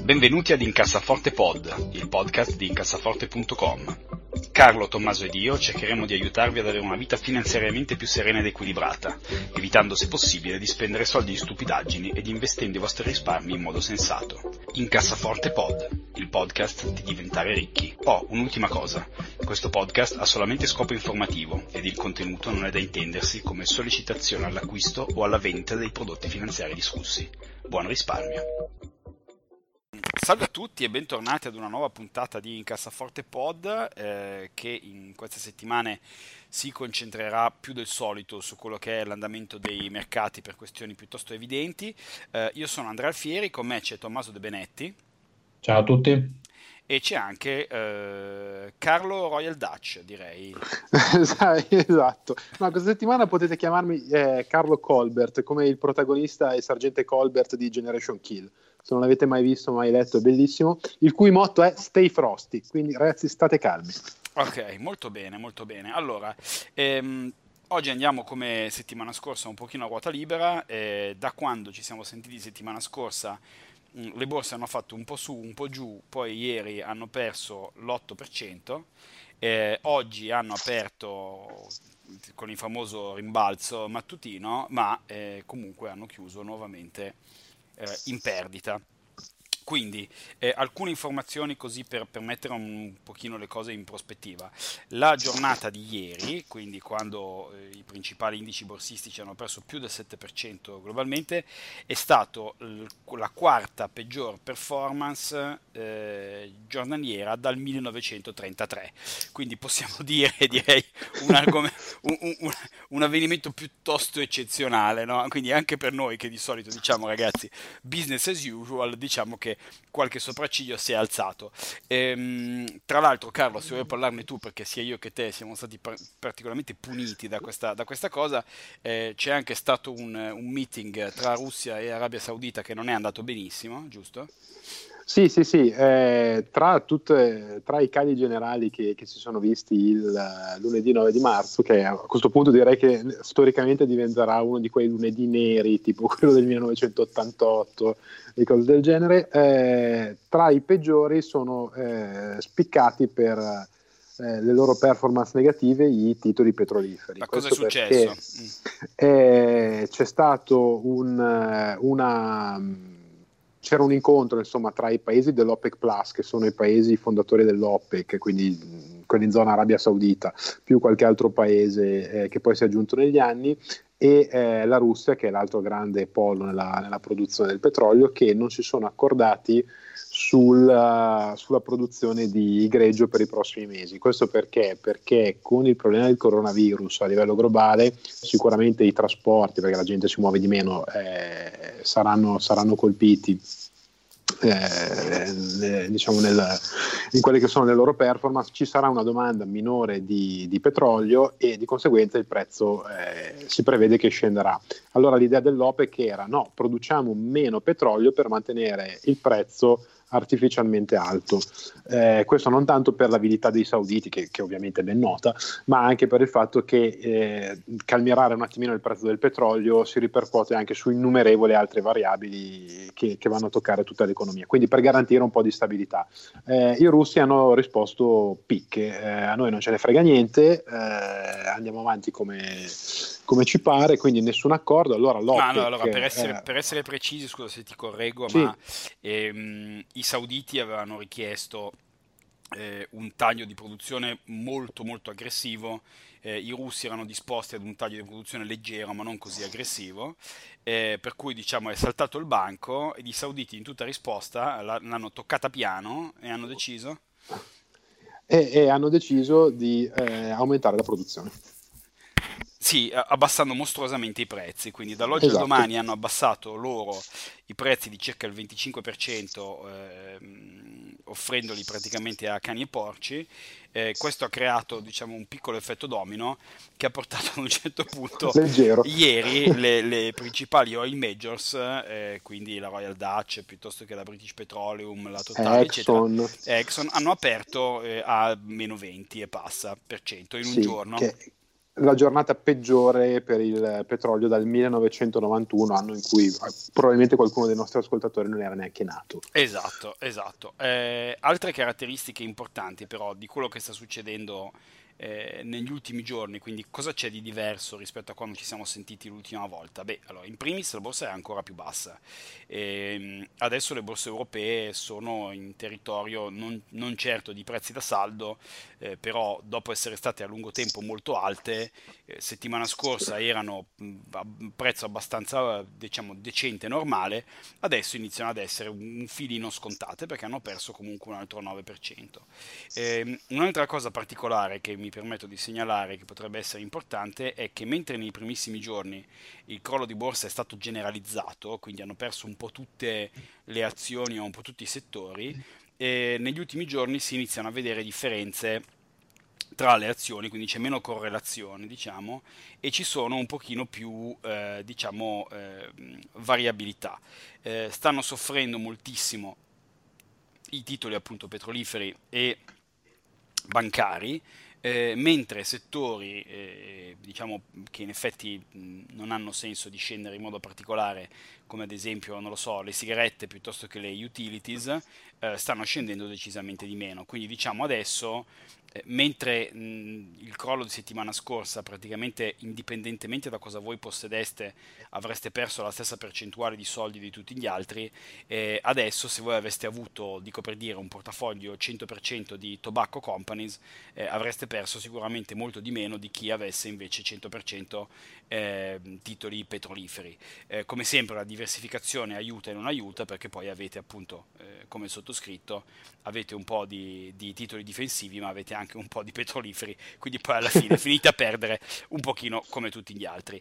Benvenuti ad Incassaforte Pod, il podcast di incassaforte.com. Carlo, Tommaso ed io cercheremo di aiutarvi ad avere una vita finanziariamente più serena ed equilibrata, evitando se possibile di spendere soldi in stupidaggini ed investendo i vostri risparmi in modo sensato. Incassaforte Pod, il podcast di diventare ricchi. Un'ultima cosa, questo podcast ha solamente scopo informativo ed il contenuto non è da intendersi come sollecitazione all'acquisto o alla vendita dei prodotti finanziari discussi. Buon risparmio! Salve a tutti e bentornati ad una nuova puntata di Incassaforte Pod che in queste settimane si concentrerà più del solito su quello che è l'andamento dei mercati per questioni piuttosto evidenti. Io sono Andrea Alfieri, con me c'è Tommaso De Benetti. Ciao a tutti. E c'è anche Carlo Royal Dutch, direi. Esatto. No, questa settimana potete chiamarmi Carlo Colbert, come il protagonista e sergente Colbert di Generation Kill. Se non l'avete mai visto, mai letto, è bellissimo. Il cui motto è Stay Frosty. Quindi, ragazzi, state calmi. Ok, molto bene, molto bene. Allora, oggi andiamo come settimana scorsa un pochino a ruota libera. Da quando ci siamo sentiti settimana scorsa, le borse hanno fatto un po' su, un po' giù, poi ieri hanno perso l'8%, oggi hanno aperto con il famoso rimbalzo mattutino, ma comunque hanno chiuso nuovamente in perdita. Quindi alcune informazioni così per mettere un pochino le cose in prospettiva. La giornata di ieri, quindi quando i principali indici borsistici hanno perso più del 7% globalmente, è stato la quarta peggior performance giornaliera dal 1933. Quindi possiamo dire, direi, un avvenimento piuttosto eccezionale, no? Quindi anche per noi che di solito diciamo ragazzi business as usual, diciamo che qualche sopracciglio si è alzato. Tra l'altro, Carlo, se vuoi parlarne tu, perché sia io che te siamo stati particolarmente puniti da questa cosa, c'è anche stato un meeting tra Russia e Arabia Saudita che non è andato benissimo, giusto? Sì. Tra i cali generali che si sono visti il lunedì 9 di marzo, che a questo punto direi che storicamente diventerà uno di quei lunedì neri, tipo quello del 1988 e cose del genere, tra i peggiori sono spiccati per le loro performance negative i titoli petroliferi. Ma cosa è successo? C'è stato c'era un incontro insomma tra i paesi dell'OPEC Plus, che sono i paesi fondatori dell'OPEC, quindi quelli in zona Arabia Saudita, più qualche altro paese che poi si è aggiunto negli anni, e la Russia, che è l'altro grande polo nella produzione del petrolio, che non si sono accordati sulla produzione di greggio per i prossimi mesi. Questo perché con il problema del coronavirus a livello globale sicuramente i trasporti, perché la gente si muove di meno, saranno colpiti diciamo in quelle che sono le loro performance. Ci sarà una domanda minore di petrolio e di conseguenza il prezzo si prevede che scenderà. Allora l'idea dell'OPEC era: no, produciamo meno petrolio per mantenere il prezzo artificialmente alto. Questo non tanto per l'avidità dei sauditi, che ovviamente è ben nota, ma anche per il fatto che calmierare un attimino il prezzo del petrolio si ripercuote anche su innumerevoli altre variabili che vanno a toccare tutta l'economia, quindi per garantire un po' di stabilità. I russi hanno risposto picche, a noi non ce ne frega niente, andiamo avanti come ci pare, quindi nessun accordo. Allora l'OPEC, per essere precisi, scusa se ti correggo, sì. ma i sauditi avevano richiesto un taglio di produzione molto molto aggressivo, i russi erano disposti ad un taglio di produzione leggero ma non così aggressivo, per cui diciamo è saltato il banco e i sauditi in tutta risposta l'hanno toccata piano e hanno deciso hanno deciso di aumentare la produzione. Sì, abbassando mostruosamente i prezzi, quindi dall'oggi al domani hanno abbassato loro i prezzi di circa il 25%, offrendoli praticamente a cani e porci. Questo ha creato, diciamo, un piccolo effetto domino che ha portato ad un certo punto leggero. Ieri le principali oil majors, quindi la Royal Dutch piuttosto che la British Petroleum, la Total, Exxon, eccetera, Exxon, hanno aperto a meno 20 e passa per cento in un giorno. la giornata peggiore per il petrolio dal 1991, anno in cui probabilmente qualcuno dei nostri ascoltatori non era neanche nato. Esatto. Altre caratteristiche importanti però di quello che sta succedendo negli ultimi giorni, quindi cosa c'è di diverso rispetto a quando ci siamo sentiti l'ultima volta? Beh, allora, in primis la borsa è ancora più bassa. Adesso le borse europee sono in territorio non certo di prezzi da saldo, però dopo essere state a lungo tempo molto alte, settimana scorsa erano a un prezzo abbastanza, diciamo, decente, normale, adesso iniziano ad essere un filino scontate perché hanno perso comunque un altro 9%. Un'altra cosa particolare che mi permetto di segnalare che potrebbe essere importante è che mentre nei primissimi giorni il crollo di borsa è stato generalizzato, quindi hanno perso un po' tutte le azioni o un po' tutti i settori, negli ultimi giorni si iniziano a vedere differenze tra le azioni, quindi c'è meno correlazione, diciamo, e ci sono un pochino più, variabilità. Stanno soffrendo moltissimo i titoli appunto petroliferi e bancari, mentre settori diciamo che in effetti non hanno senso di scendere in modo particolare, come ad esempio, non lo so, le sigarette piuttosto che le utilities, stanno scendendo decisamente di meno. Quindi diciamo adesso, mentre il crollo di settimana scorsa, praticamente indipendentemente da cosa voi possedeste, avreste perso la stessa percentuale di soldi di tutti gli altri, adesso se voi aveste avuto, dico per dire, un portafoglio 100% di tobacco companies, avreste perso sicuramente molto di meno di chi avesse invece 100% titoli petroliferi. Come sempre la diversificazione aiuta e non aiuta, perché poi avete appunto, come il sottoscritto, avete un po' di titoli difensivi ma avete anche un po' di petroliferi, quindi poi alla fine finite a perdere un pochino come tutti gli altri.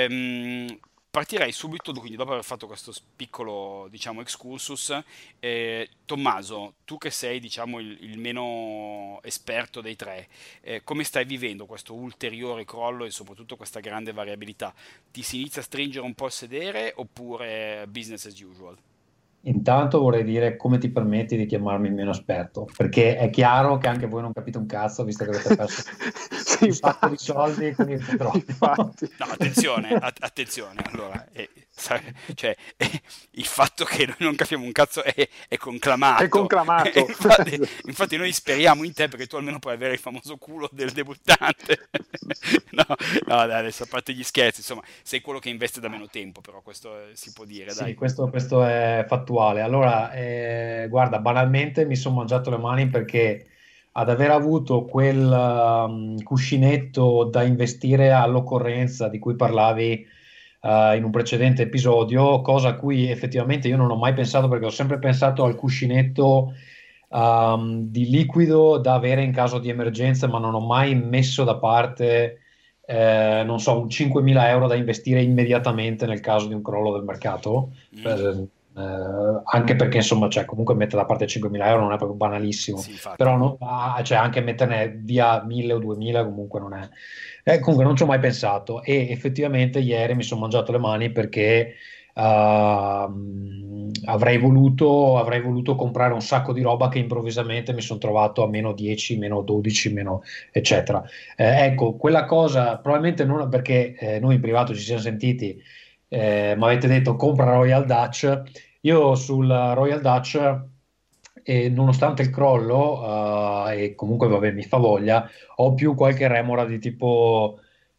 Partirei subito, quindi dopo aver fatto questo piccolo, diciamo, excursus. Tommaso, tu che sei, diciamo, il meno esperto dei tre, come stai vivendo questo ulteriore crollo e soprattutto questa grande variabilità? Ti si inizia a stringere un po' il sedere oppure business as usual? Intanto vorrei dire come ti permetti di chiamarmi meno esperto, perché è chiaro che anche voi non capite un cazzo, visto che avete perso Sì, un sacco di infatti. soldi con il petrolio. Infatti. No, attenzione, attenzione, allora, cioè, il fatto che noi non capiamo un cazzo è conclamato. È conclamato. Infatti noi speriamo in te perché tu almeno puoi avere il famoso culo del debuttante. No, no, dai, adesso a parte gli scherzi, insomma, sei quello che investe da meno tempo, però questo si può dire, Sì, dai. questo è fattuale. Allora, guarda, banalmente mi sono mangiato le mani perché ad aver avuto quel cuscinetto da investire all'occorrenza di cui parlavi in un precedente episodio, cosa a cui effettivamente io non ho mai pensato perché ho sempre pensato al cuscinetto di liquido da avere in caso di emergenza, ma non ho mai messo da parte non so, un 5.000 euro da investire immediatamente nel caso di un crollo del mercato, Mm? anche perché insomma, cioè, comunque mettere da parte 5.000 euro non è proprio banalissimo, Sì, infatti. però cioè, anche metterne via 1.000 o 2.000 comunque non è. Comunque non ci ho mai pensato e effettivamente ieri mi sono mangiato le mani perché avrei voluto comprare un sacco di roba che improvvisamente mi sono trovato a meno 10, meno 12, meno eccetera. Ecco, quella cosa probabilmente non perché noi in privato ci siamo sentiti, mi avete detto compra Royal Dutch. Io sul Royal Dutch, nonostante il crollo, e comunque vabbè, mi fa voglia, ho più qualche remora di tipo,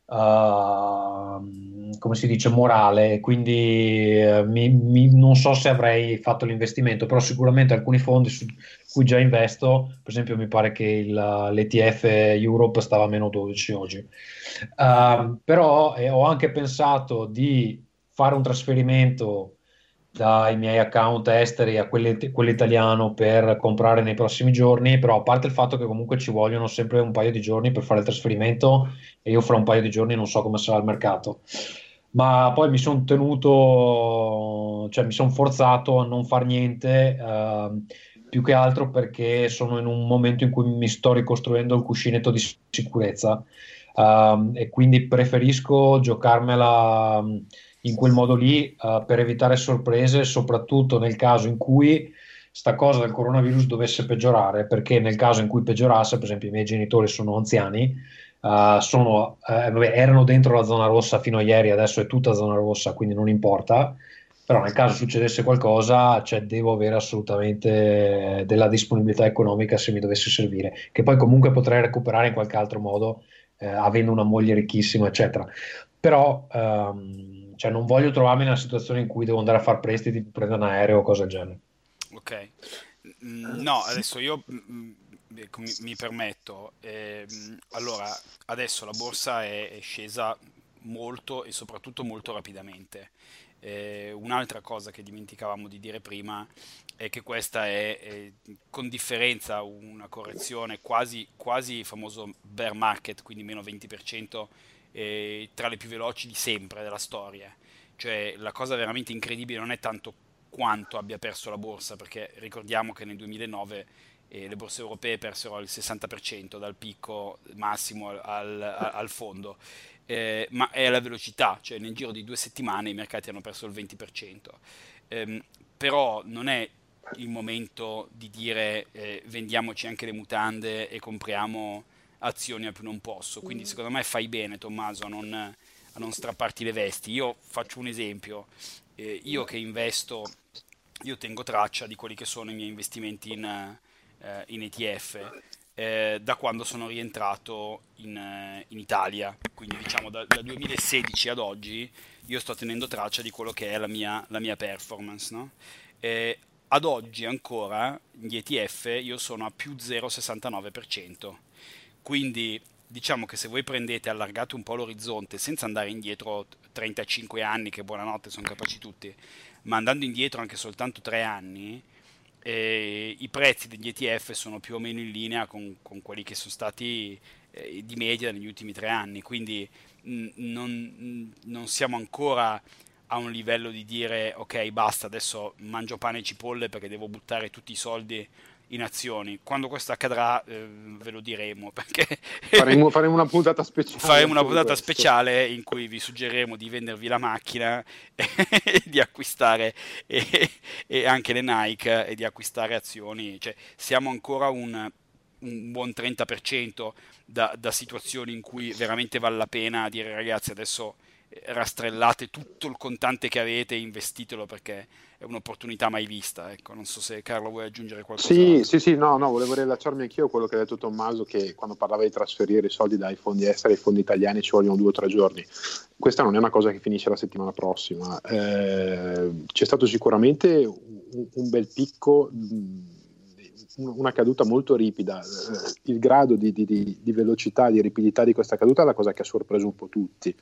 come si dice, morale, quindi non so se avrei fatto l'investimento, però sicuramente alcuni fondi su cui già investo, per esempio mi pare che l'ETF Europe stava a meno 12 oggi. Però ho anche pensato di fare un trasferimento dai miei account esteri a quello italiano per comprare nei prossimi giorni, però a parte il fatto che comunque ci vogliono sempre un paio di giorni per fare il trasferimento e io fra un paio di giorni non so come sarà il mercato. Ma poi mi sono tenuto, cioè mi sono forzato a non far niente, più che altro perché sono in un momento in cui mi sto ricostruendo il cuscinetto di sicurezza, e quindi preferisco giocarmela in quel modo lì, per evitare sorprese, soprattutto nel caso in cui sta cosa del coronavirus dovesse peggiorare, perché nel caso in cui peggiorasse, per esempio i miei genitori sono anziani, erano dentro la zona rossa fino a ieri, adesso è tutta zona rossa, quindi non importa. Però nel caso succedesse qualcosa, cioè, devo avere assolutamente della disponibilità economica se mi dovesse servire, che poi comunque potrei recuperare in qualche altro modo, avendo una moglie ricchissima, eccetera. Però cioè, non voglio trovarmi in una situazione in cui devo andare a fare prestiti, prendere un aereo o cose del genere. Ok. No, adesso io mi permetto. Allora, adesso la borsa è scesa molto e soprattutto molto rapidamente. Un'altra cosa che dimenticavamo di dire prima è che questa è con differenza una correzione quasi famoso bear market, quindi meno 20%, tra le più veloci di sempre della storia. Cioè, la cosa veramente incredibile non è tanto quanto abbia perso la borsa, perché ricordiamo che nel 2009 le borse europee persero il 60% dal picco massimo al fondo, ma è la velocità, cioè nel giro di 2 settimane i mercati hanno perso il 20%. Però non è il momento di dire vendiamoci anche le mutande e compriamo azioni a più non posso, quindi secondo me fai bene, Tommaso, a non strapparti le vesti. Io faccio un esempio. Io che investo, io tengo traccia di quelli che sono i miei investimenti in ETF, da quando sono rientrato in Italia, quindi diciamo da 2016 ad oggi io sto tenendo traccia di quello che è la mia performance, no? Ad oggi ancora gli ETF io sono a più 0,69%, quindi diciamo che se voi prendete, allargate un po' l'orizzonte senza andare indietro 35 anni, che buonanotte sono capaci tutti, ma andando indietro anche soltanto 3 anni, i prezzi degli ETF sono più o meno in linea con quelli che sono stati di media negli ultimi 3 anni, quindi non siamo ancora a un livello di dire ok, basta, adesso mangio pane e cipolle perché devo buttare tutti i soldi in azioni. Quando questo accadrà, ve lo diremo, perché Faremo una puntata speciale faremo una anche di puntata questo. speciale in cui vi suggeriremo di vendervi la macchina e di acquistare e anche le Nike e di acquistare azioni. Cioè, siamo ancora un buon 30% da situazioni in cui veramente vale la pena dire ragazzi adesso rastrellate tutto il contante che avete e investitelo perché è un'opportunità mai vista. Ecco, non so se Carlo vuoi aggiungere Sì, qualcos'altro. sì, sì, no, no, volevo rilacciarmi anch'io a quello che ha detto Tommaso, che quando parlava di trasferire i soldi dai fondi esteri ai fondi italiani ci vogliono 2 o 3 giorni. Questa non è una cosa che finisce la settimana prossima. C'è stato sicuramente un bel picco, una caduta molto ripida. Il grado di velocità, di rapidità di questa caduta è la cosa che ha sorpreso un po' tutti.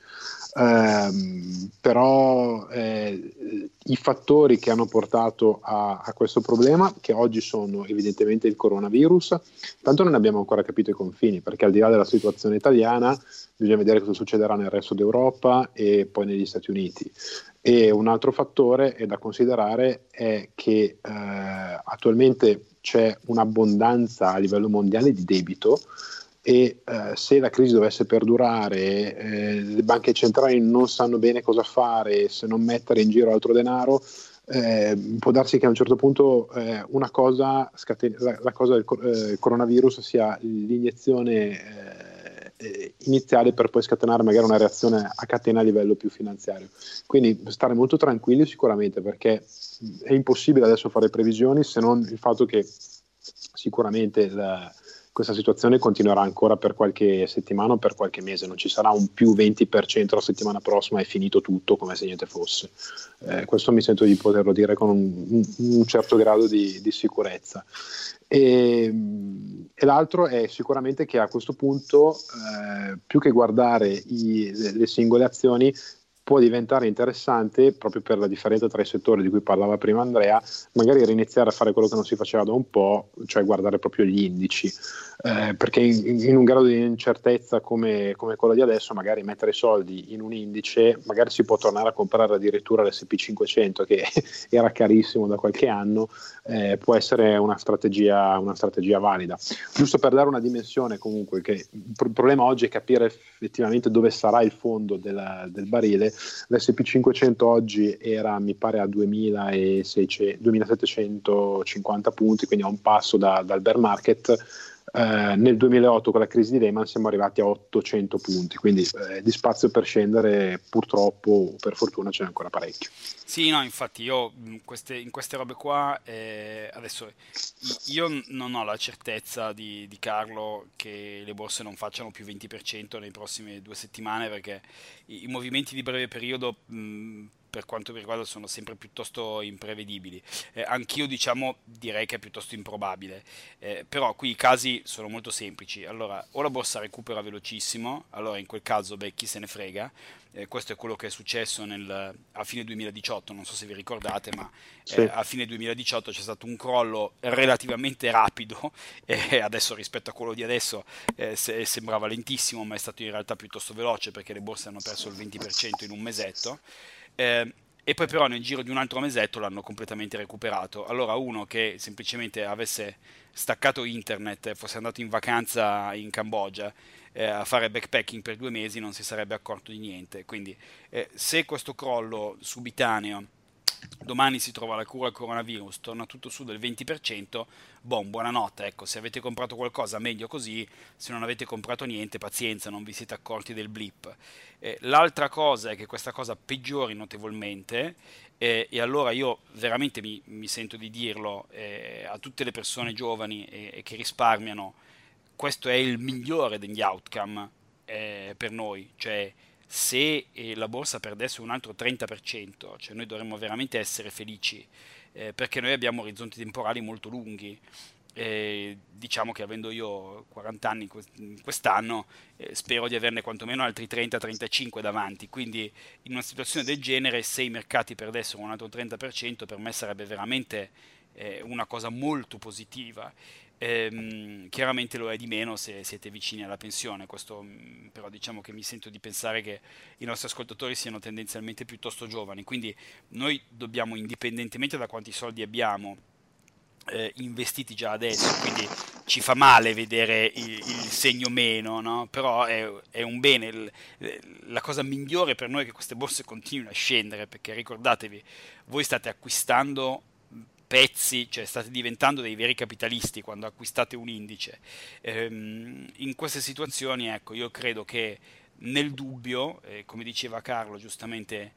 Però i fattori che hanno portato a questo problema, che oggi sono evidentemente il coronavirus, tanto non abbiamo ancora capito i confini, perché al di là della situazione italiana bisogna vedere cosa succederà nel resto d'Europa e poi negli Stati Uniti. E un altro fattore da considerare è che attualmente c'è un'abbondanza a livello mondiale di debito e se la crisi dovesse perdurare, le banche centrali non sanno bene cosa fare, se non mettere in giro altro denaro, può darsi che a un certo punto una cosa la cosa del coronavirus sia l'iniezione iniziale per poi scatenare magari una reazione a catena a livello più finanziario. Quindi stare molto tranquilli sicuramente, perché è impossibile adesso fare previsioni, se non il fatto che sicuramente questa situazione continuerà ancora per qualche settimana o per qualche mese, non ci sarà un più 20% la settimana prossima e finito tutto come se niente fosse. Questo mi sento di poterlo dire con un certo grado di sicurezza. E l'altro è sicuramente che a questo punto più che guardare le singole azioni può diventare interessante, proprio per la differenza tra i settori di cui parlava prima Andrea, magari riniziare a fare quello che non si faceva da un po', cioè guardare proprio gli indici, perché in un grado di incertezza come quello di adesso, magari mettere soldi in un indice, magari si può tornare a comprare addirittura l'S&P 500 che era carissimo da qualche anno, può essere una strategia valida. Giusto per dare una dimensione comunque, che il problema oggi è capire effettivamente dove sarà il fondo del barile. L'S&P 500 oggi era, mi pare, a 2750 punti, quindi a un passo dal bear market. Nel 2008 con la crisi di Lehman siamo arrivati a 800 punti, quindi di spazio per scendere purtroppo o per fortuna c'è ancora parecchio. Sì, no, infatti io in queste robe qua, adesso io non ho la certezza di Carlo che le borse non facciano più 20% nei prossime 2 settimane, perché i movimenti di breve periodo, per quanto mi riguarda, sono sempre piuttosto imprevedibili. Anch'io, diciamo, direi che è piuttosto improbabile. Però qui i casi sono molto semplici. Allora, o la borsa recupera velocissimo, allora in quel caso, beh, chi se ne frega. Questo è quello che è successo a fine 2018, non so se vi ricordate, ma Sì. a fine 2018 c'è stato un crollo relativamente rapido, e adesso rispetto a quello di adesso sembrava lentissimo, ma è stato in realtà piuttosto veloce, perché le borse hanno perso il 20% in un mesetto. E poi però nel giro di un altro mesetto l'hanno completamente recuperato. Allora uno che semplicemente avesse staccato internet e fosse andato in vacanza in Cambogia, a fare backpacking per 2 mesi, non si sarebbe accorto di niente. Quindi se questo crollo subitaneo domani si trova la cura al coronavirus, torna tutto su del 20%, buonanotte, ecco, se avete comprato qualcosa meglio così, se non avete comprato niente, pazienza, non vi siete accorti del blip. L'altra cosa è che questa cosa peggiori notevolmente, e allora io veramente mi sento di dirlo a tutte le persone giovani e che risparmiano: questo è il migliore degli outcome per noi, cioè se la borsa perdesse un altro 30%, cioè noi dovremmo veramente essere felici, perché noi abbiamo orizzonti temporali molto lunghi. Diciamo che avendo io 40 anni quest'anno, spero di averne quantomeno altri 30-35 davanti, quindi in una situazione del genere, se i mercati perdessero un altro 30%, per me sarebbe veramente una cosa molto positiva. Chiaramente lo è di meno se siete vicini alla pensione, questo però diciamo che mi sento di pensare che i nostri ascoltatori siano tendenzialmente piuttosto giovani, quindi noi dobbiamo, indipendentemente da quanti soldi abbiamo investiti già adesso, quindi ci fa male vedere il segno meno, no? Però è un bene. La cosa migliore per noi è che queste borse continuino a scendere, perché ricordatevi, voi state acquistando pezzi, cioè state diventando dei veri capitalisti quando acquistate un indice. In queste situazioni, ecco, io credo che nel dubbio, come diceva Carlo giustamente,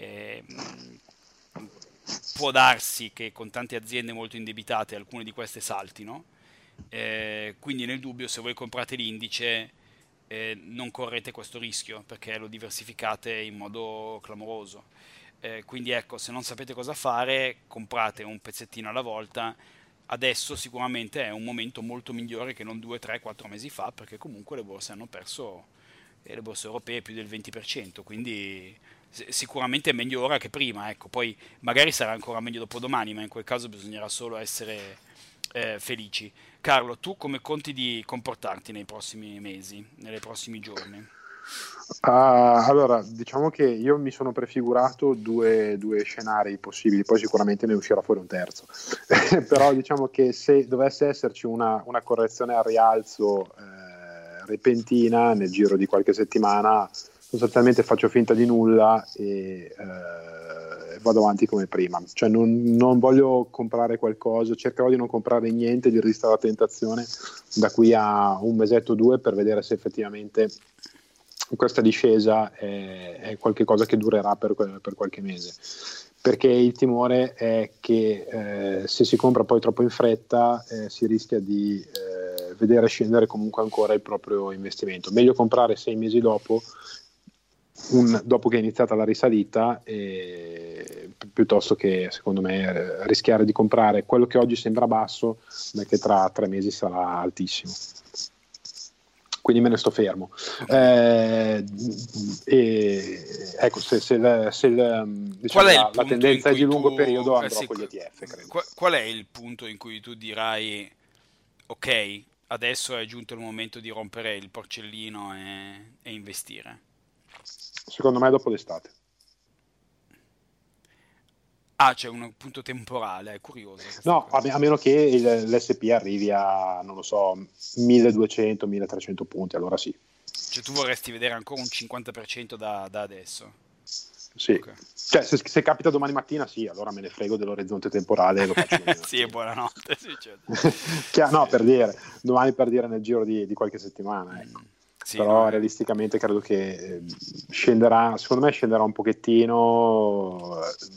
può darsi che con tante aziende molto indebitate alcune di queste saltino. Quindi nel dubbio, se voi comprate l'indice, non correte questo rischio, perché lo diversificate in modo clamoroso. Quindi ecco, se non sapete cosa fare, comprate un pezzettino alla volta. Adesso sicuramente è un momento molto migliore che non 2, 3, 4 mesi fa, perché comunque le borse hanno perso, le borse europee, più del 20%, quindi sicuramente è meglio ora che prima, ecco. Poi magari sarà ancora meglio dopodomani, ma in quel caso bisognerà solo essere felici. Carlo, tu come conti di comportarti nei prossimi mesi, nei prossimi giorni? Allora, diciamo che io mi sono prefigurato due scenari possibili, poi sicuramente ne uscirà fuori un terzo. Però diciamo che se dovesse esserci una correzione al rialzo repentina nel giro di qualche settimana, sostanzialmente faccio finta di nulla e vado avanti come prima. Cioè non voglio comprare qualcosa, cercherò di non comprare niente, di resistere alla tentazione da qui a un mesetto o due, per vedere se effettivamente questa discesa è qualcosa che durerà per qualche mese, perché il timore è che se si compra poi troppo in fretta si rischia di vedere scendere comunque ancora il proprio investimento. Meglio comprare 6 mesi dopo che è iniziata la risalita, piuttosto che, secondo me, rischiare di comprare quello che oggi sembra basso ma che tra 3 mesi sarà altissimo. Quindi me ne sto fermo. Ecco, se diciamo, la tendenza è di lungo periodo, andrò con gli ETF, credo. Qual è il punto in cui tu dirai: ok, adesso è giunto il momento di rompere il porcellino e investire? Secondo me dopo l'estate. Ah, c'è un punto temporale, è curioso. No, a meno che l'SP arrivi a, non lo so, 1200-1300 punti, allora sì. Cioè tu vorresti vedere ancora un 50% da adesso? Sì. Ok. Cioè, se capita domani mattina, sì, allora me ne frego dell'orizzonte temporale e lo faccio domani Sì, mattina. buonanotte. Sì, certo. No, Sì. per dire, domani per dire nel giro di qualche settimana, ecco. Sì, Però no, realisticamente credo che scenderà, secondo me scenderà un pochettino,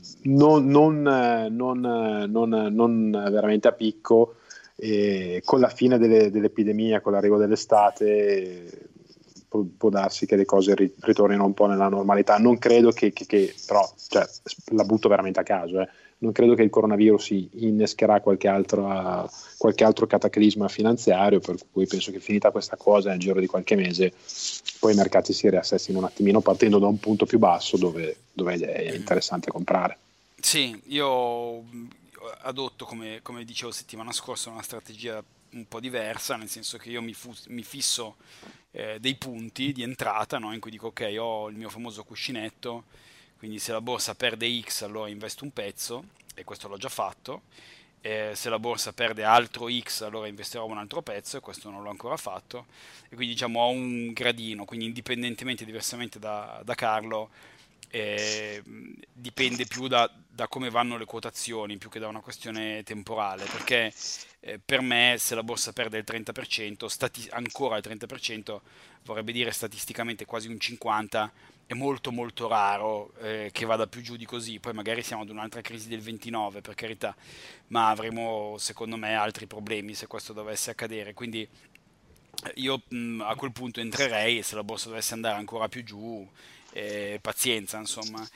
non veramente a picco, e con la fine dell'epidemia, con l'arrivo dell'estate, può darsi che le cose ritornino un po' nella normalità. Non credo però, cioè, la butto veramente a caso, non credo che il coronavirus innescherà qualche altro cataclisma finanziario, per cui penso che finita questa cosa nel giro di qualche mese poi i mercati si riassestino un attimino partendo da un punto più basso dove è interessante comprare. Sì, io adotto, come dicevo settimana scorsa, una strategia un po' diversa, nel senso che io mi fisso dei punti di entrata, no? In cui dico ok, ho il mio famoso cuscinetto, quindi se la borsa perde X allora investo un pezzo, e questo l'ho già fatto. Se la borsa perde altro X allora investirò un altro pezzo, e questo non l'ho ancora fatto. E quindi diciamo ho un gradino, quindi indipendentemente, diversamente da Carlo, dipende più da come vanno le quotazioni più che da una questione temporale, perché per me se la borsa perde il 30%, ancora il 30%, vorrebbe dire statisticamente quasi un 50%, è molto molto raro che vada più giù di così. Poi magari siamo ad un'altra crisi del 29, per carità, ma avremo secondo me altri problemi se questo dovesse accadere, quindi io a quel punto entrerei, e se la borsa dovesse andare ancora più giù, pazienza, insomma,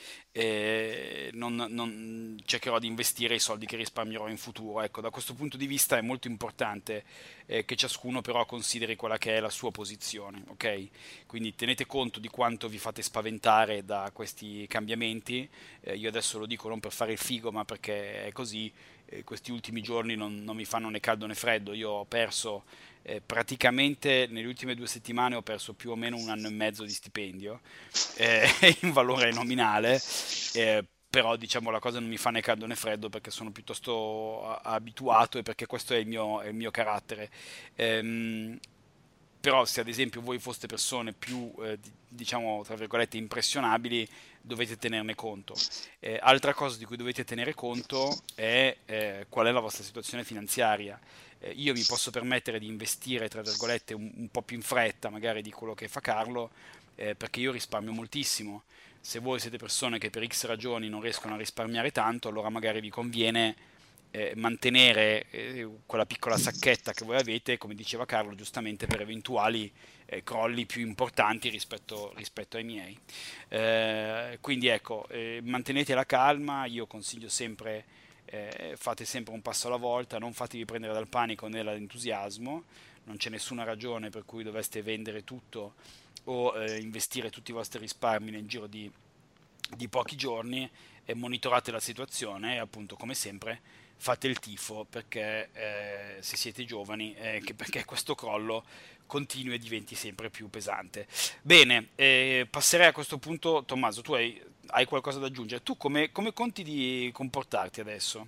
non cercherò di investire i soldi che risparmierò in futuro. Ecco, da questo punto di vista è molto importante che ciascuno però consideri quella che è la sua posizione, ok? Quindi tenete conto di quanto vi fate spaventare da questi cambiamenti. Io adesso lo dico non per fare il figo, ma perché è così. Questi ultimi giorni non mi fanno né caldo né freddo. Io ho perso praticamente nelle ultime 2 settimane ho perso più o meno un anno e mezzo di stipendio in valore nominale, però diciamo la cosa non mi fa né caldo né freddo perché sono piuttosto abituato, e perché questo è il mio carattere. Ehm, Però se ad esempio voi foste persone più, diciamo, tra virgolette, impressionabili, dovete tenerne conto. Altra cosa di cui dovete tenere conto è qual è la vostra situazione finanziaria. Io mi posso permettere di investire, tra virgolette, un po' più in fretta, magari di quello che fa Carlo, perché io risparmio moltissimo. Se voi siete persone che per X ragioni non riescono a risparmiare tanto, allora magari vi conviene mantenere quella piccola sacchetta che voi avete, come diceva Carlo, giustamente per eventuali crolli più importanti rispetto ai miei. Quindi ecco, mantenete la calma, io consiglio sempre, fate sempre un passo alla volta, non fatevi prendere dal panico né dall'entusiasmo, non c'è nessuna ragione per cui dovreste vendere tutto o investire tutti i vostri risparmi nel giro di pochi giorni, e monitorate la situazione, e appunto come sempre fate il tifo perché se siete giovani, perché questo crollo continui e diventi sempre più pesante. Bene, passerei a questo punto. Tommaso, tu hai qualcosa da aggiungere? Tu come conti di comportarti adesso?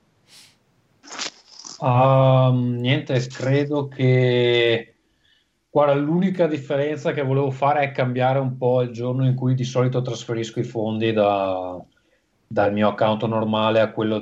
Niente, credo che, guarda, l'unica differenza che volevo fare è cambiare un po' il giorno in cui di solito trasferisco i fondi dal mio account normale a quello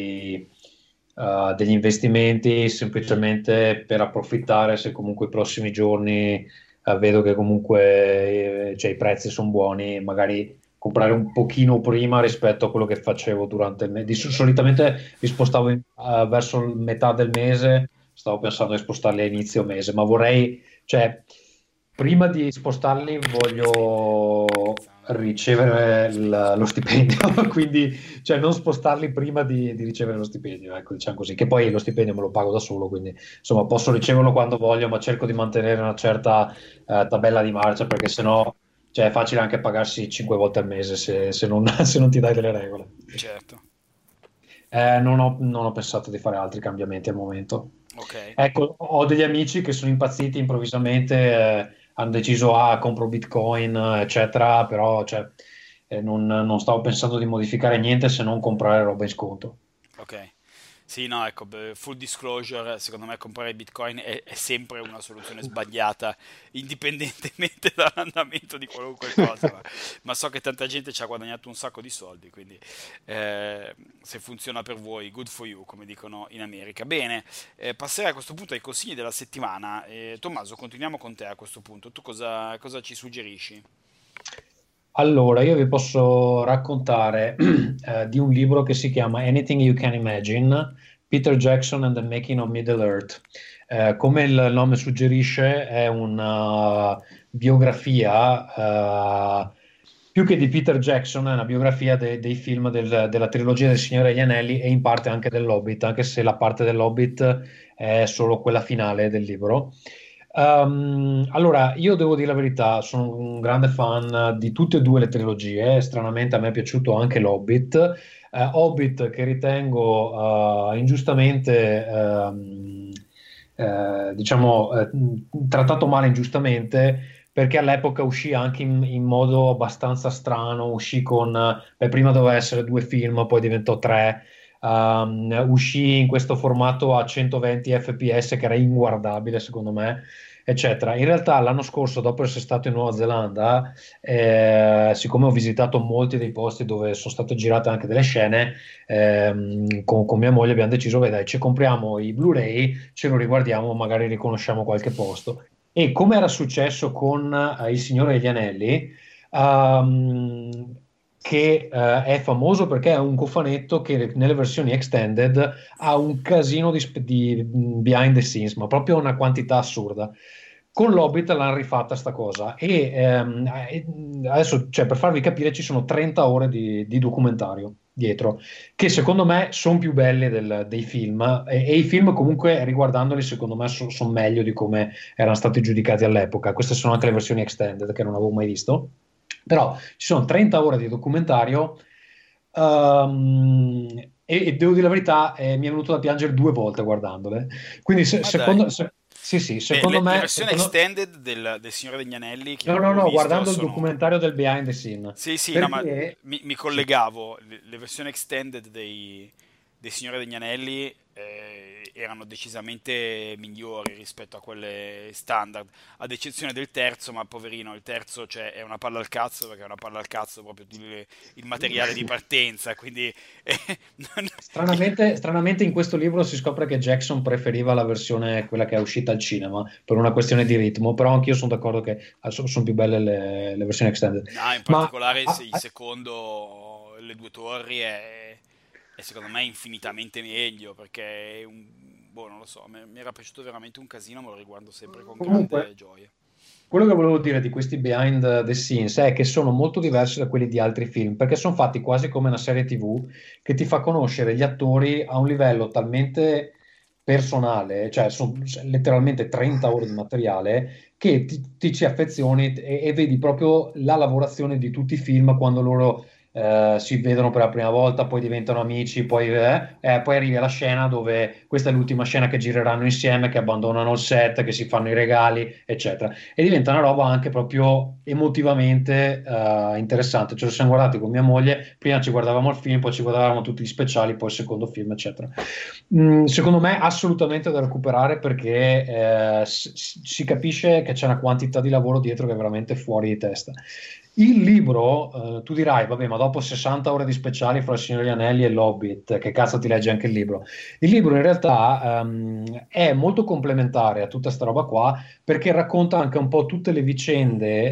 degli investimenti, semplicemente per approfittare se comunque i prossimi giorni vedo che comunque cioè, i prezzi sono buoni, magari comprare un pochino prima rispetto a quello che facevo durante il mese. Solitamente mi spostavo verso metà del mese, stavo pensando di spostarli a inizio mese, ma vorrei, cioè, prima di spostarli voglio ricevere lo stipendio, quindi cioè non spostarli prima di ricevere lo stipendio, ecco, diciamo così, che poi lo stipendio me lo pago da solo, quindi insomma posso riceverlo quando voglio, ma cerco di mantenere una certa tabella di marcia perché sennò cioè, è facile anche pagarsi 5 volte al mese se non, se non ti dai delle regole. Certo, Non ho pensato di fare altri cambiamenti al momento. ok. Ecco, ho degli amici che sono impazziti improvvisamente, hanno deciso, compro Bitcoin, eccetera, però cioè, non stavo pensando di modificare niente se non comprare roba in sconto. Ok. Sì, no, ecco, full disclosure, secondo me comprare Bitcoin è sempre una soluzione sbagliata, indipendentemente dall'andamento di qualunque cosa, ma so che tanta gente ci ha guadagnato un sacco di soldi, quindi se funziona per voi, good for you, come dicono in America. Bene, passerei a questo punto ai consigli della settimana. Tommaso, continuiamo con te a questo punto. Tu cosa ci suggerisci? Allora, io vi posso raccontare di un libro che si chiama Anything You Can Imagine, Peter Jackson and the Making of Middle Earth. Come il nome suggerisce, è una biografia, più che di Peter Jackson, è una biografia dei film della trilogia del Signore degli Anelli e in parte anche dell'Hobbit, anche se la parte dell'Hobbit è solo quella finale del libro. Allora, io devo dire la verità, sono un grande fan di tutte e due le trilogie, stranamente a me è piaciuto anche l'Hobbit. Hobbit che ritengo ingiustamente, diciamo, trattato male ingiustamente, perché all'epoca uscì anche in modo abbastanza strano, uscì con, prima doveva essere due film, poi diventò tre. Uscì in questo formato a 120 fps che era inguardabile secondo me, eccetera. In realtà l'anno scorso, dopo essere stato in Nuova Zelanda, siccome ho visitato molti dei posti dove sono state girate anche delle scene, con mia moglie abbiamo deciso, beh, dai, ci compriamo i Blu-ray, ce lo riguardiamo, magari riconosciamo qualche posto. E come era successo con Il Signore degli Anelli, ehm, che è famoso perché è un cofanetto che nelle versioni extended ha un casino di behind the scenes, ma proprio una quantità assurda. Con l'Hobbit l'hanno rifatta sta cosa e adesso, cioè, per farvi capire, ci sono 30 ore di documentario dietro, che secondo me sono più belle dei film e i film comunque riguardandoli secondo me sono meglio di come erano stati giudicati all'epoca. Queste sono anche le versioni extended che non avevo mai visto, però ci sono 30 ore di documentario. E devo dire la verità, mi è venuto da piangere due volte guardandole. Quindi Ma dai. sì, sì, Beh, secondo le me, versioni extended del Signore degli Anelli che no, no, avevo no, visto guardando il sono... documentario del behind the scene, Sì, sì, no, ma perché mi sì. collegavo, le versioni extended dei Signore degli Anelli erano decisamente migliori rispetto a quelle standard, ad eccezione del terzo, ma poverino, il terzo cioè, è una palla al cazzo, perché è una palla al cazzo proprio il materiale di partenza, quindi... non- Stranamente in questo libro si scopre che Jackson preferiva la versione, quella che è uscita al cinema, per una questione di ritmo, però anch'io sono d'accordo che sono più belle le versioni extended. No, in Ma particolare il secondo, Le Due Torri, è secondo me infinitamente meglio perché è boh, non lo so, mi era piaciuto veramente un casino, me lo riguardo sempre con comunque, grande gioia. quello che volevo dire di questi behind the scenes è che sono molto diversi da quelli di altri film, perché sono fatti quasi come una serie TV che ti fa conoscere gli attori a un livello talmente personale, cioè sono letteralmente 30 ore di materiale, che ti ci affezioni e vedi proprio la lavorazione di tutti i film quando loro si vedono per la prima volta, poi diventano amici, poi arrivi alla scena dove questa è l'ultima scena che gireranno insieme, che abbandonano il set, che si fanno i regali, eccetera, e diventa una roba anche proprio emotivamente interessante. Ce lo siamo guardati con mia moglie, prima ci guardavamo il film, poi ci guardavamo tutti gli speciali, poi il secondo film, eccetera. Secondo me assolutamente da recuperare perché si capisce che c'è una quantità di lavoro dietro che è veramente fuori di testa. Il libro, tu dirai, vabbè, ma dopo 60 ore di speciali fra il Signore degli Anelli e l'Hobbit, che cazzo ti leggi anche il libro? Il libro in realtà è molto complementare a tutta sta roba qua perché racconta anche un po' tutte le vicende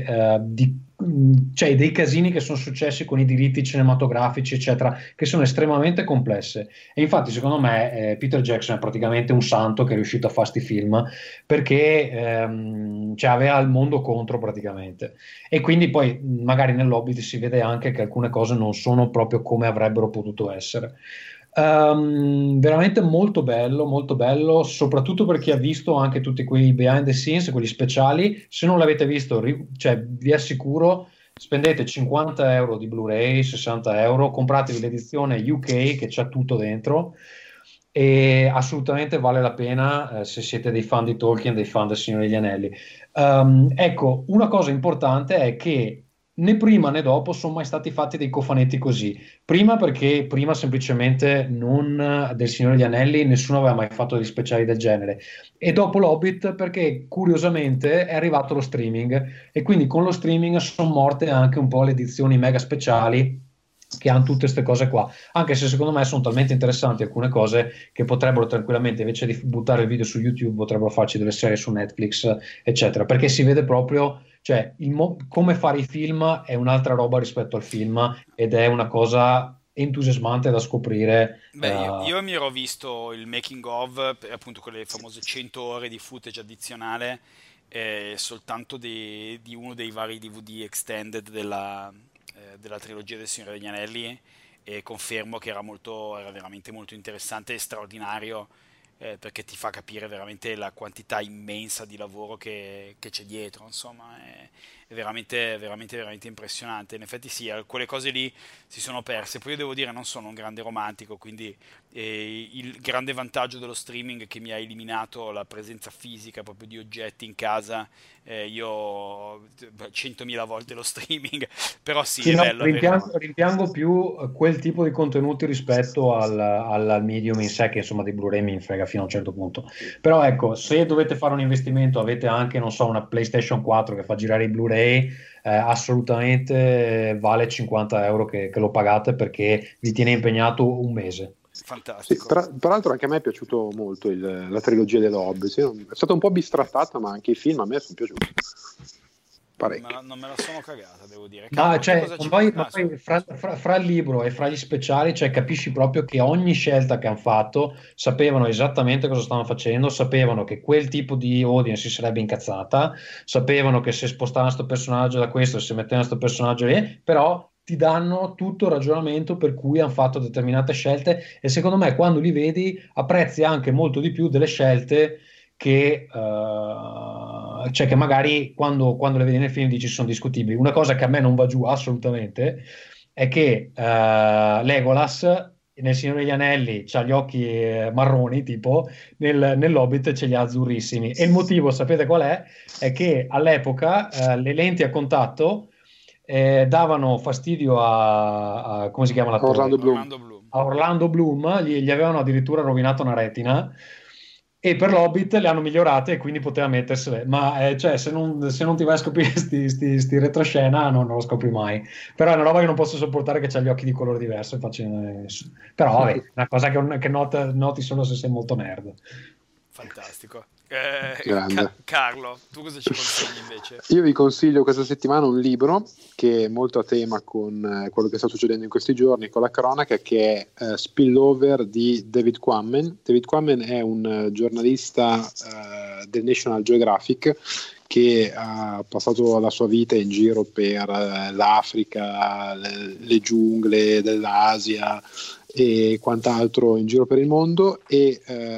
cioè dei casini che sono successi con i diritti cinematografici, eccetera, che sono estremamente complesse. E infatti, secondo me, Peter Jackson è praticamente un santo che è riuscito a fare sti film perché cioè, aveva il mondo contro praticamente. E quindi poi magari nell'Hobbit si vede anche che alcune cose non sono proprio come avrebbero potuto essere. Veramente molto bello, soprattutto per chi ha visto anche tutti quei behind the scenes, quelli speciali. Se non l'avete visto, cioè, vi assicuro, spendete 50 euro di Blu-ray, 60 euro, compratevi l'edizione UK che c'ha tutto dentro e assolutamente vale la pena se siete dei fan di Tolkien, dei fan del Signore degli Anelli. Ecco, una cosa importante è che né prima né dopo sono mai stati fatti dei cofanetti così. Prima perché prima semplicemente non del Signore degli Anelli nessuno aveva mai fatto degli speciali del genere. E dopo l'Hobbit perché curiosamente è arrivato lo streaming e quindi con lo streaming sono morte anche un po' le edizioni mega speciali che hanno tutte queste cose qua, anche se secondo me sono talmente interessanti alcune cose che potrebbero tranquillamente, invece di buttare il video su YouTube, potrebbero farci delle serie su Netflix, eccetera, perché si vede proprio, cioè, come fare i film è un'altra roba rispetto al film ed è una cosa entusiasmante da scoprire. Beh, io mi ero visto il making of, appunto quelle famose 100 ore di footage addizionale, soltanto di uno dei vari DVD extended della trilogia del Signore degli Anelli, e confermo che era veramente molto interessante e straordinario, perché ti fa capire veramente la quantità immensa di lavoro che c'è dietro, insomma, è veramente impressionante. In effetti sì, quelle cose lì si sono perse. Poi io devo dire, non sono un grande romantico, quindi il grande vantaggio dello streaming è che mi ha eliminato la presenza fisica proprio di oggetti in casa. Io ho 100.000 volte lo streaming, però sì, Sì, è no, bello avere... rimpiango più quel tipo di contenuti rispetto al medium in sé, che insomma di Blu-ray mi frega fino a un certo punto. Però ecco, se dovete fare un investimento, avete anche, non so, una PlayStation 4 che fa girare i Blu-ray, assolutamente vale 50 euro che lo pagate perché vi tiene impegnato un mese. Sì, Fantastico. peraltro anche a me è piaciuto molto la trilogia dell'Hobbit. Sì, è stata un po' bistrattata, ma anche i film a me sono piaciuti parecchio. Non me la sono cagata, devo dire. Ma, Carlo, te cioè, cosa ci... ma Ah, poi fra il libro e fra gli speciali, cioè, capisci proprio che ogni scelta che hanno fatto sapevano esattamente cosa stavano facendo, sapevano che quel tipo di audience si sarebbe incazzata, sapevano che se spostavano questo personaggio da questo, se mettevano questo personaggio lì, però ti danno tutto il ragionamento per cui hanno fatto determinate scelte e secondo me quando li vedi apprezzi anche molto di più delle scelte cioè che magari quando le vedi nel film dici sono discutibili. Una cosa che a me non va giù assolutamente è che Legolas nel Signore degli Anelli c'ha gli occhi marroni, tipo nell'Hobbit ce li ha azzurrissimi. E il motivo, sapete qual è? È che all'epoca le lenti a contatto davano fastidio come si chiama Orlando l'attore? Bloom. Orlando Bloom. A Orlando Bloom, gli avevano addirittura rovinato una retina e per l'Hobbit le hanno migliorate e quindi poteva mettersele. Ma cioè, se non ti vai a scoprire sti retroscena, non lo scopri mai. Però è una roba che non posso sopportare che c'ha gli occhi di colore diverso. Però vabbè, è una cosa che noti solo se sei molto nerd. Fantastico. Grande. Carlo, tu cosa ci consigli invece? Io vi consiglio questa settimana un libro che è molto a tema con quello che sta succedendo in questi giorni, con la cronaca, che è Spillover di David Quammen. David Quammen è un giornalista del National Geographic che ha passato la sua vita in giro per l'Africa, le giungle dell'Asia e quant'altro in giro per il mondo e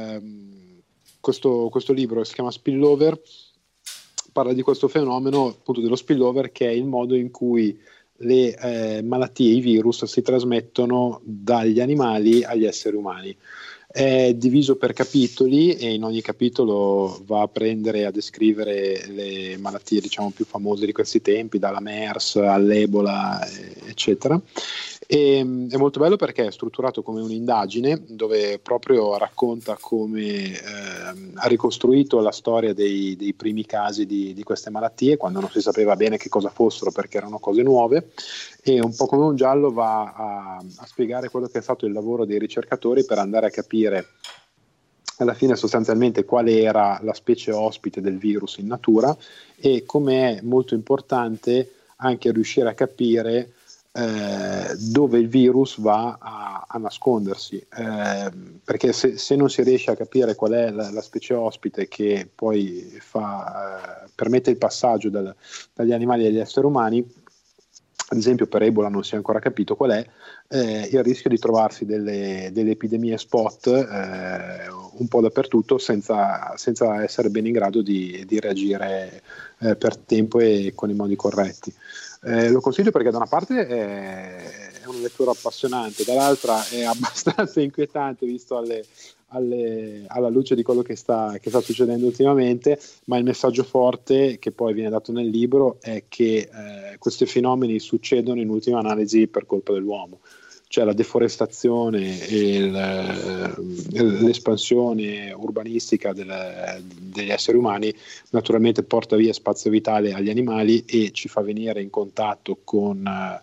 questo libro si chiama Spillover, parla di questo fenomeno appunto dello spillover, che è il modo in cui le malattie, i virus si trasmettono dagli animali agli esseri umani. È diviso per capitoli e in ogni capitolo va a prendere a descrivere le malattie diciamo più famose di questi tempi, dalla MERS all'Ebola eccetera. E, è molto bello perché è strutturato come un'indagine dove proprio racconta come ha ricostruito la storia dei primi casi di queste malattie quando non si sapeva bene che cosa fossero perché erano cose nuove, e un po' come un giallo va a spiegare quello che è stato il lavoro dei ricercatori per andare a capire alla fine sostanzialmente qual era la specie ospite del virus in natura e come è molto importante anche riuscire a capire dove il virus va a nascondersi, perché se non si riesce a capire qual è la specie ospite che poi permette il passaggio dagli animali agli esseri umani, ad esempio per Ebola non si è ancora capito qual è, il rischio di trovarsi delle epidemie spot un po' dappertutto senza essere ben in grado di reagire per tempo e con i modi corretti. Lo consiglio perché da una parte è una lettura appassionante, dall'altra è abbastanza inquietante visto alla luce di quello che sta succedendo ultimamente, ma il messaggio forte che poi viene dato nel libro è che questi fenomeni succedono in ultima analisi per colpa dell'uomo, cioè la deforestazione e l'espansione urbanistica degli esseri umani naturalmente porta via spazio vitale agli animali e ci fa venire in contatto con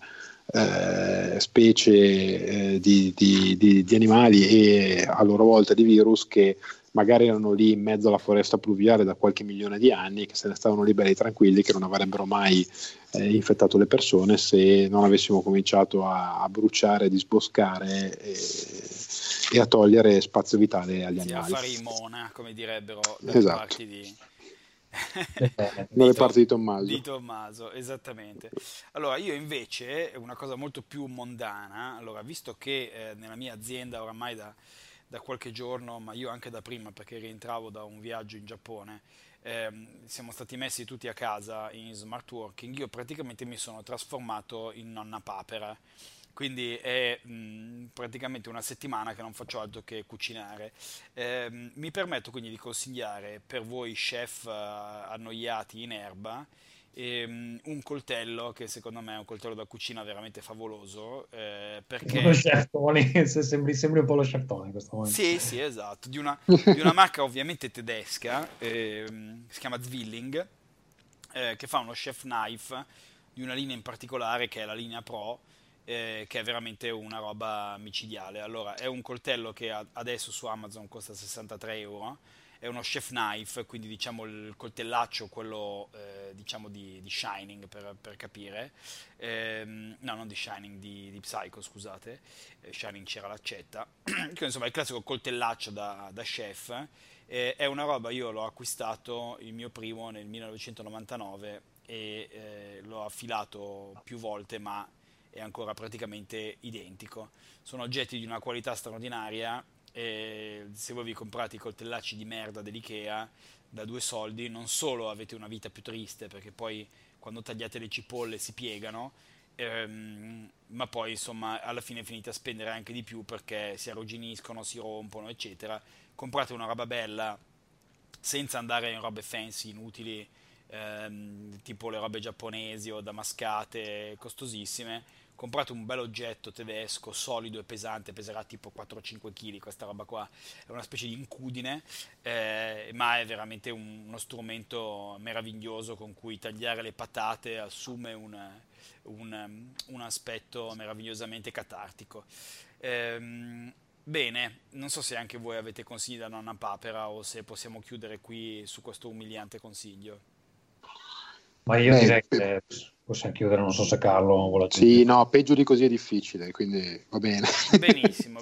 specie di animali e a loro volta di virus che magari erano lì in mezzo alla foresta pluviale da qualche milione di anni, che se ne stavano liberi tranquilli, che non avrebbero mai infettato le persone se non avessimo cominciato a bruciare, a disboscare e a togliere spazio vitale agli animali. A fare i mona, come direbbero dalle parti di... dalle parti di Tommaso. Di Tommaso, esattamente. Allora, io invece, una cosa molto più mondana, allora, visto che nella mia azienda oramai da qualche giorno, ma io anche da prima perché rientravo da un viaggio in Giappone, siamo stati messi tutti a casa in smart working, io praticamente mi sono trasformato in nonna papera. Quindi è praticamente una settimana che non faccio altro che cucinare. Mi permetto quindi di consigliare per voi chef annoiati in erba un coltello che secondo me è un coltello da cucina veramente favoloso, perché... Lo chef Tony, sembri un po' lo chef Tony in questo momento. Sì, esatto, di una marca ovviamente tedesca, si chiama Zwilling, che fa uno chef knife di una linea in particolare che è la linea Pro, che è veramente una roba micidiale. Allora, è un coltello che adesso su Amazon costa 63 euro, è uno chef knife, quindi diciamo il coltellaccio, quello diciamo di Shining per capire, no, non di Shining, di Psycho, scusate, Shining c'era l'accetta, insomma il classico coltellaccio da chef, è una roba, io l'ho acquistato il mio primo nel 1999 e l'ho affilato più volte, ma è ancora praticamente identico. Sono oggetti di una qualità straordinaria e se voi vi comprate i coltellacci di merda dell'Ikea da 2 soldi, non solo avete una vita più triste perché poi quando tagliate le cipolle si piegano, ma poi insomma alla fine finite a spendere anche di più perché si arrugginiscono, si rompono, eccetera. Comprate una roba bella senza andare in robe fancy, inutili, tipo le robe giapponesi o damascate costosissime. Comprate un bel oggetto tedesco solido e pesante, peserà tipo 4-5 kg, questa roba qua è una specie di incudine, ma è veramente uno strumento meraviglioso con cui tagliare le patate assume un aspetto meravigliosamente catartico. Bene, non so se anche voi avete consigli da nonna papera o se possiamo chiudere qui su questo umiliante consiglio. Ma io direi che possiamo chiudere, non so se Carlo vuole aggiungere. Sì, no, peggio di così è difficile, quindi va bene. Benissimo.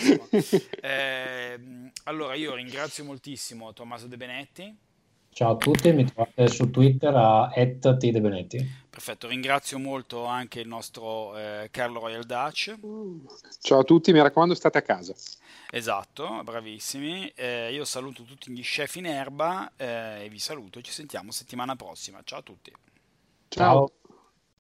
Allora io ringrazio moltissimo Tommaso De Benetti. Ciao a tutti, mi trovate su Twitter a @tdebenetti. Perfetto, ringrazio molto anche il nostro Carlo Royal Dutch. Ciao a tutti, mi raccomando, state a casa. Esatto, bravissimi. Io saluto tutti gli chef in erba e vi saluto, ci sentiamo settimana prossima. Ciao a tutti. Ciao.